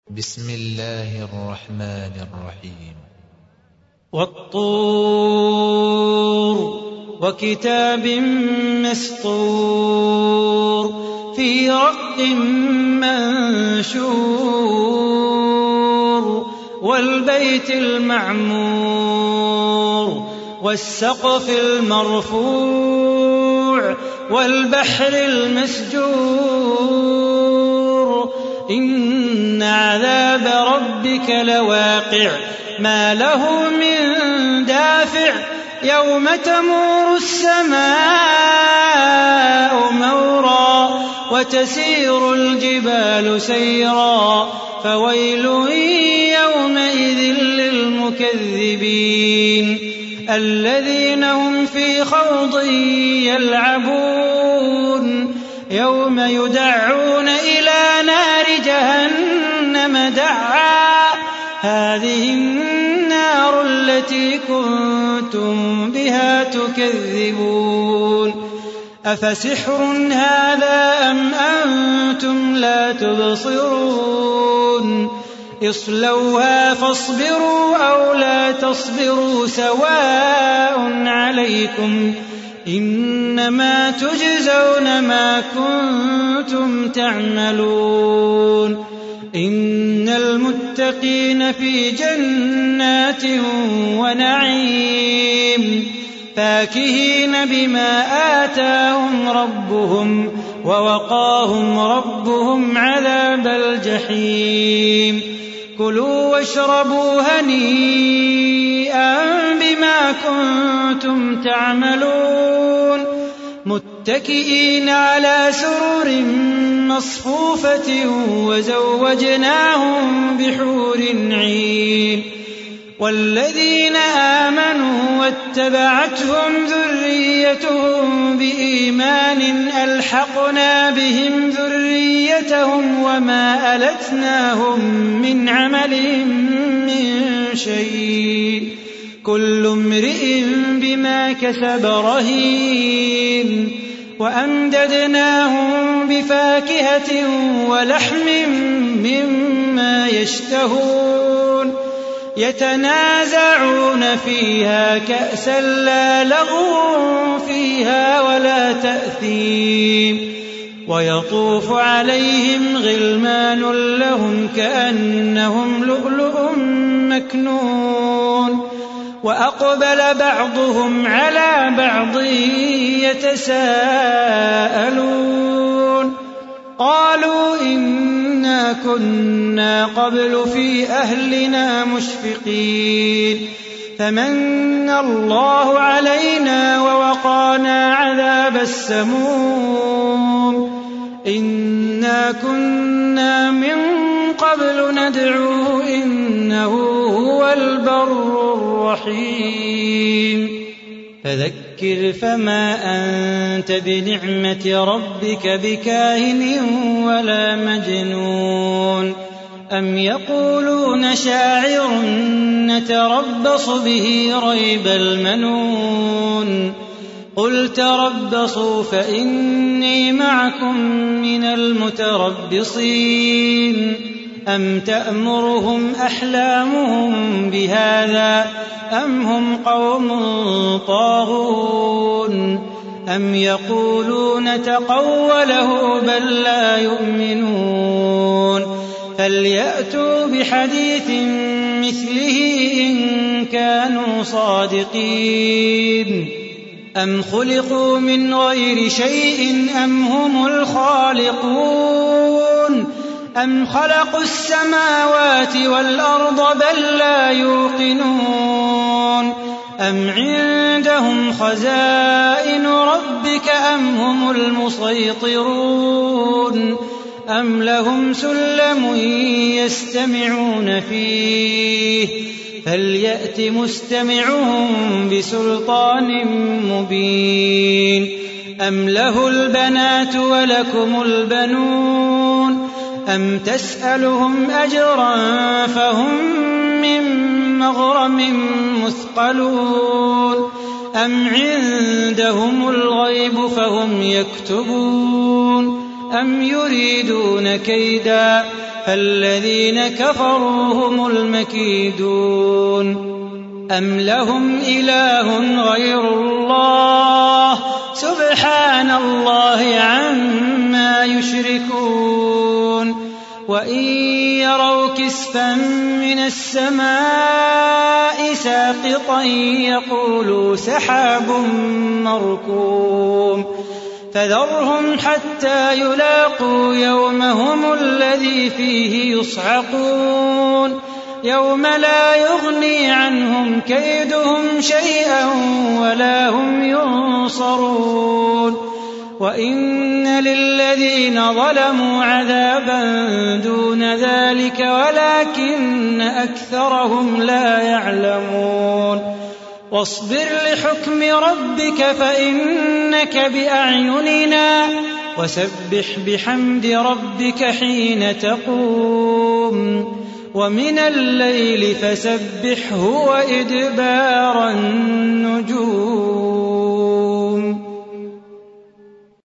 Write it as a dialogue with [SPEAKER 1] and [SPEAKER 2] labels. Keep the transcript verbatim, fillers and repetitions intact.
[SPEAKER 1] بسم الله الرحمن الرحيم.
[SPEAKER 2] والطور وكتاب مسطور في رق منشور والبيت المعمور والسقف المرفوع والبحر المسجور إن عذاب ربك لواقع ما له من دافع يوم تمور السماء مورا وتسير الجبال سيرا فويل يومئذ للمكذبين الذين هم في خوض يلعبون يوم يدعون إلى نار جهنم دعا هذه النار التي كنتم بها تكذبون أفسحر هذا أم أنتم لا تبصرون اصلوها فاصبروا أو لا تصبروا سواء عليكم إنما تجزون ما كنتم تعملون إن المتقين في جنات ونعيم فاكهين بما آتاهم ربهم ووقاهم ربهم عذاب الجحيم كلوا واشربوا هنيئا بما كنتم تعملون متكئين على سرر مصفوفة وزوجناهم بحور عين والذين آمنوا واتبعتهم ذريتهم بإيمان ألحقنا بهم ذريتهم وما ألتناهم من عملهم من شيء كل امرئ بما كسب رهين وأمددناهم بفاكهة ولحم مما يشتهون يتنازعون فيها كأسا لا لغو فيها ولا تأثيم ويطوف عليهم غلمان لهم كأنهم لؤلؤ مكنون وأقبل بعضهم على بعض يتساءلون قالوا إنا كنا قبل في أهلنا مشفقين فمن الله علينا ووقانا عذاب السموم إنا كنا من قبل ندعوه إنه هو البر الرحيم فذكر فما أنت بنعمة ربك بكاهن ولا مجنون أم يقولون شاعر نتربص به ريب المنون قل تربصوا فإني معكم من المتربصين أم تأمرهم أحلامهم بهذا أم هم قوم طاغون أم يقولون تقوله بل لا يؤمنون فليأتوا بحديث مثله إن كانوا صادقين أم خلقوا من غير شيء أم هم الخالقون أم خلقوا السماوات والأرض بل لا يوقنون أم عندهم خزائن ربك أم هم المسيطرون أم لهم سلم يستمعون فيه فليأت مستمعهم بسلطان مبين أم له البنات ولكم البنون أم تسألهم أجرا فهم من مغرم مثقلون أم عندهم الغيب فهم يكتبون أم يريدون كيدا فالذين كفروا هم المكيدون أم لهم إله غير الله سبحان الله عما يشركون وإن يروا كسفا من السماء ساقطا يقولوا سحاب مركوم فذرهم حتى يلاقوا يومهم الذي فيه يصعقون يوم لا يغني عنهم كيدهم شيئا ولا هم ينصرون وإن للذين ظلموا عذابا دون ذلك ولكن أكثرهم لا يعلمون واصبر لحكم ربك فإنك بأعيننا وسبح بحمد ربك حين تقوم ومن الليل فسبحه وإدبار النجوم